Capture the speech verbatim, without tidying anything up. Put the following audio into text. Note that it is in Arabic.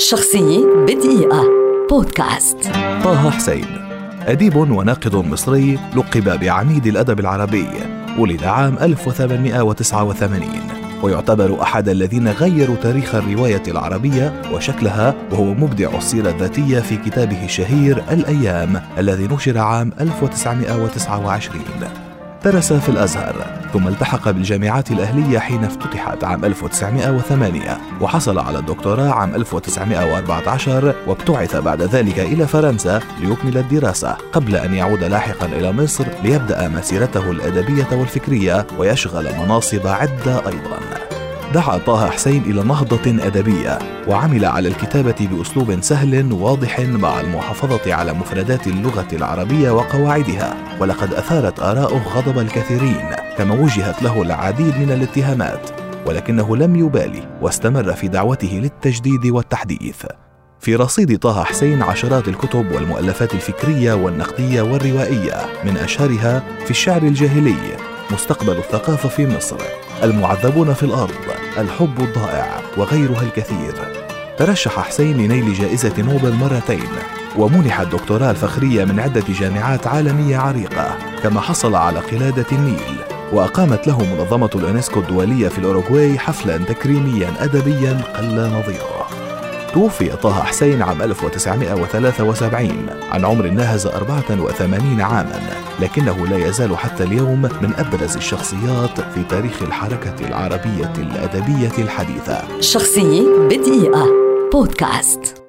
شخصية بدقيقة بودكاست. طه حسين أديب وناقد مصري لقب بعميد الأدب العربي. ولد عام ألف وثمانمائة وتسعة وثمانين ويعتبر أحد الذين غيروا تاريخ الرواية العربية وشكلها، وهو مبدع السيرة الذاتية في كتابه الشهير الأيام الذي نشر عام ألف وتسعمائة وتسعة وعشرين. درس في الأزهر ثم التحق بالجامعات الأهلية حين افتتحت عام ألف وتسعمائة وثمانية، وحصل على الدكتوراه عام ألف وتسعمائة وأربعة عشر، وابتعث بعد ذلك إلى فرنسا ليكمل الدراسة قبل أن يعود لاحقا إلى مصر ليبدأ مسيرته الأدبية والفكرية ويشغل مناصب عدة أيضا. دعا طه حسين إلى نهضة أدبية وعمل على الكتابة بأسلوب سهل واضح مع المحافظة على مفردات اللغة العربية وقواعدها، ولقد أثارت آراؤه غضب الكثيرين، كما وجهت له العديد من الاتهامات، ولكنه لم يبالي واستمر في دعوته للتجديد والتحديث. في رصيد طه حسين عشرات الكتب والمؤلفات الفكرية والنقدية والروائية، من أشهرها في الشعر الجاهلي، مستقبل الثقافة في مصر، المعذبون في الأرض، الحب الضائع، وغيرها الكثير. ترشح حسين لنيل جائزة نوبل مرتين، ومنح الدكتوراه الفخرية من عدة جامعات عالمية عريقة، كما حصل على قلادة النيل، وأقامت له منظمة اليونسكو الدولية في الأوروغواي حفلا تكريميا أدبيا قل نظيره. توفي طه حسين عام ألف وتسعمائة وثلاثة وسبعين عن عمر ناهز أربعة وثمانين عاما، لكنه لا يزال حتى اليوم من أبرز الشخصيات في تاريخ الحركة العربية الأدبية الحديثة. شخصية بدقيقة بودكاست.